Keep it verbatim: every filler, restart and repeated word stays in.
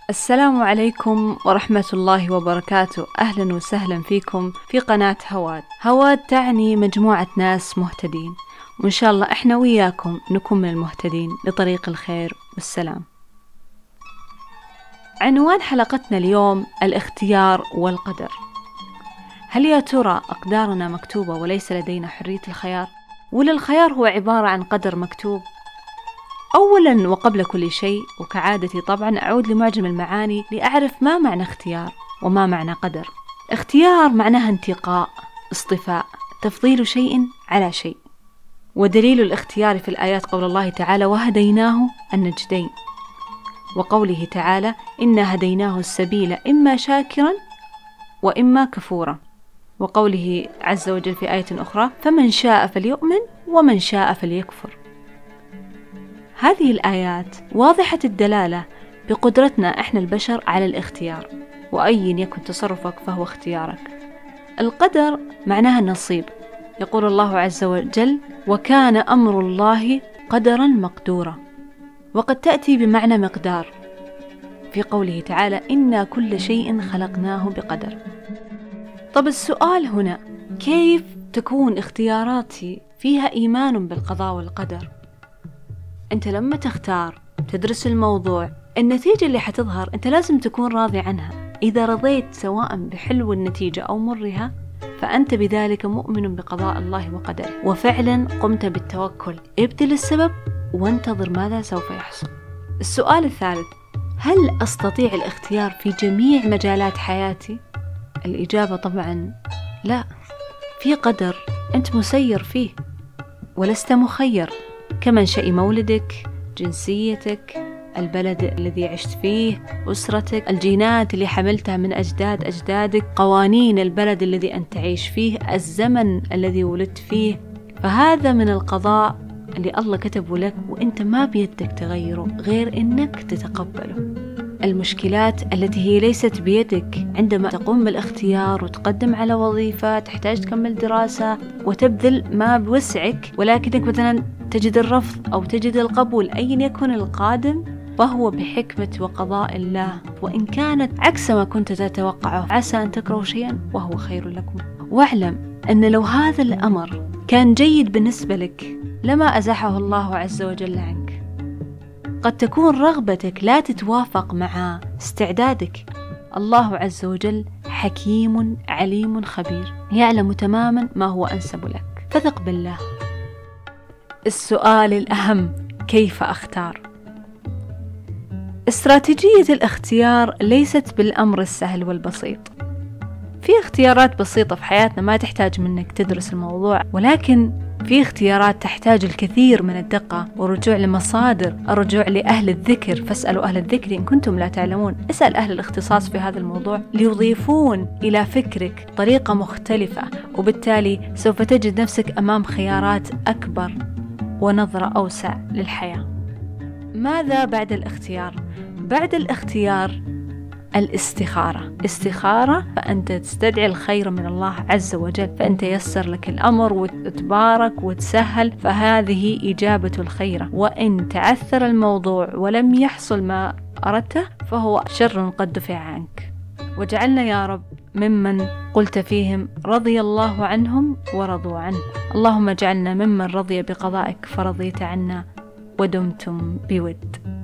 السلام عليكم ورحمة الله وبركاته. أهلا وسهلا فيكم في قناة هواد. هواد تعني مجموعة ناس مهتدين، وإن شاء الله إحنا وياكم نكون من المهتدين لطريق الخير والسلام. عنوان حلقتنا اليوم الاختيار والقدر. هل يا ترى أقدارنا مكتوبة وليس لدينا حرية الخيار؟ ولا الخيار هو عبارة عن قدر مكتوب؟ أولا وقبل كل شيء، وكعادتي طبعا أعود لمعجم المعاني لأعرف ما معنى اختيار وما معنى قدر. اختيار معناها انتقاء، اصطفاء، تفضيل شيء على شيء. ودليل الاختيار في الآيات قول الله تعالى وهديناه النجدين، وقوله تعالى إنا هديناه السبيل إما شاكرا وإما كفورا، وقوله عز وجل في آية أخرى فمن شاء فليؤمن ومن شاء فليكفر. هذه الآيات واضحة الدلالة بقدرتنا إحنا البشر على الاختيار، وأي يكن تصرفك فهو اختيارك. القدر معناها النصيب، يقول الله عز وجل وكان أمر الله قدرا مقدورا، وقد تأتي بمعنى مقدار في قوله تعالى إنا كل شيء خلقناه بقدر. طب السؤال هنا، كيف تكون اختياراتي فيها إيمان بالقضاء والقدر؟ أنت لما تختار تدرس الموضوع، النتيجة اللي حتظهر أنت لازم تكون راضي عنها. إذا رضيت سواء بحلو النتيجة أو مرها، فأنت بذلك مؤمن بقضاء الله وقدره، وفعلا قمت بالتوكل. ابتل السبب وانتظر ماذا سوف يحصل. السؤال الثالث، هل أستطيع الاختيار في جميع مجالات حياتي؟ الإجابة طبعا لا. في قدر أنت مسير فيه ولست مخير، كمنشأ مولدك، جنسيتك، البلد الذي عشت فيه، أسرتك، الجينات اللي حملتها من أجداد أجدادك، قوانين البلد الذي أنت تعيش فيه، الزمن الذي ولدت فيه. فهذا من القضاء اللي الله كتبه لك، وإنت ما بيدك تغيره غير إنك تتقبله. المشكلات التي هي ليست بيدك عندما تقوم بالاختيار وتقدم على وظيفة تحتاج تكمل دراسة وتبذل ما بوسعك، ولكنك مثلا تجد الرفض أو تجد القبول، أين يكن القادم فهو بحكمة وقضاء الله، وإن كانت عكس ما كنت تتوقعه عسى أن تكرهوا شيئا وهو خير لكم. واعلم أن لو هذا الأمر كان جيد بالنسبة لك لما أزحه الله عز وجل عنك. قد تكون رغبتك لا تتوافق مع استعدادك. الله عز وجل حكيم عليم خبير، يعلم تماما ما هو أنسب لك، فثق بالله. السؤال الأهم، كيف أختار؟ استراتيجية الاختيار ليست بالأمر السهل والبسيط. في اختيارات بسيطة في حياتنا ما تحتاج منك تدرس الموضوع، ولكن في اختيارات تحتاج الكثير من الدقة والرجوع لمصادر، الرجوع لأهل الذكر، فاسألوا أهل الذكر إن كنتم لا تعلمون. اسأل أهل الاختصاص في هذا الموضوع ليضيفون إلى فكرك طريقة مختلفة، وبالتالي سوف تجد نفسك أمام خيارات أكبر ونظرة أوسع للحياة. ماذا بعد الاختيار؟ بعد الاختيار الاستخارة. استخارة، فأنت تستدعي الخير من الله عز وجل، فأنت يسر لك الأمر وتبارك وتسهل، فهذه إجابة الخير. وإن تعثر الموضوع ولم يحصل ما أردته فهو شر قد دفع عنك. وجعلنا يا رب ممن قلت فيهم رضي الله عنهم ورضوا عنه. اللهم اجعلنا ممن رضي بقضائك فرضيت عنا ودمتم بود.